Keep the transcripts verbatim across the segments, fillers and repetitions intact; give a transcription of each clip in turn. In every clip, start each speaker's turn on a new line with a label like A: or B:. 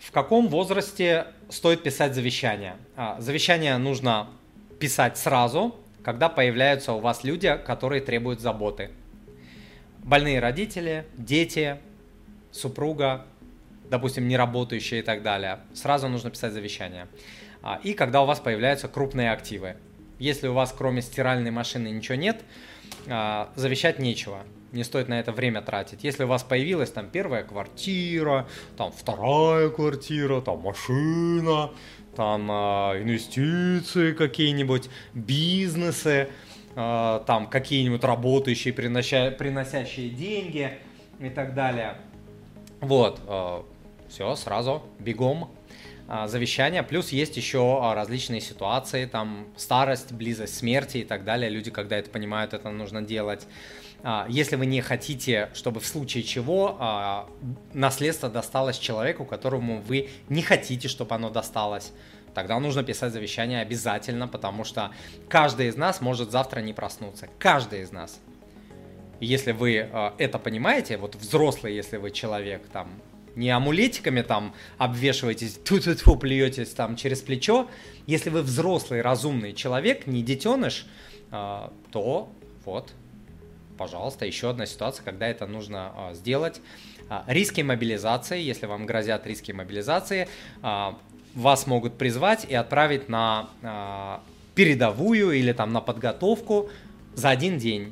A: В каком возрасте стоит писать завещание? А, Завещание нужно писать сразу, когда появляются у вас люди, которые требуют заботы. Больные родители, дети, супруга, допустим, неработающие и так далее. Сразу нужно писать завещание. А, И когда у вас появляются крупные активы. Если у вас кроме стиральной машины ничего нет, а, завещать нечего. Не стоит на это время тратить. Если у вас появилась там первая квартира, там вторая квартира, там машина, там э, инвестиции какие-нибудь, бизнесы, э, там какие-нибудь работающие, принося, приносящие деньги и так далее. Вот, э, все, сразу, бегом. э, Завещание. Плюс есть еще э, различные ситуации, там старость, близость смерти и так далее. Люди, когда это понимают, это нужно делать. Если вы не хотите, чтобы в случае чего наследство досталось человеку, которому вы не хотите, чтобы оно досталось, тогда нужно писать завещание обязательно, потому что каждый из нас может завтра не проснуться. Каждый из нас. И если вы это понимаете, вот взрослый, если вы человек, там, не амулетиками там обвешиваетесь, ту-ту-ту, плюетесь там через плечо. Если вы взрослый, разумный человек, не детеныш, то вот... Пожалуйста, еще одна ситуация, когда это нужно а, сделать. А, риски мобилизации, если вам грозят риски мобилизации, а, вас могут призвать и отправить на а, передовую или там на подготовку за один день.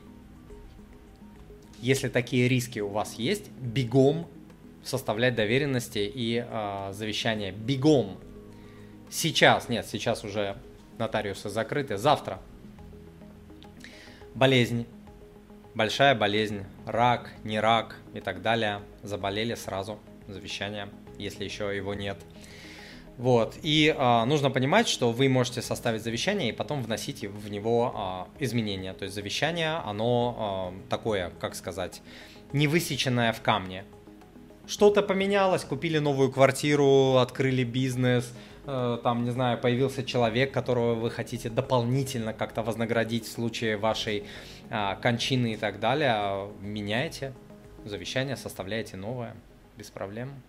A: Если такие риски у вас есть, бегом составлять доверенности и а, завещания. Бегом. Сейчас, нет, сейчас уже нотариусы закрыты. Завтра. Болезнь. Большая болезнь, рак, не рак и так далее. Заболели сразу, завещание, если еще его нет. Вот. И э, нужно понимать, что вы можете составить завещание и потом вносить в него э, изменения. То есть завещание, оно э, такое, как сказать, не высеченное в камне. Что-то поменялось, купили новую квартиру, открыли бизнес, э, там, не знаю, появился человек, которого вы хотите дополнительно как-то вознаградить в случае вашей э, кончины и так далее. Меняете завещание, составляете новое, без проблем.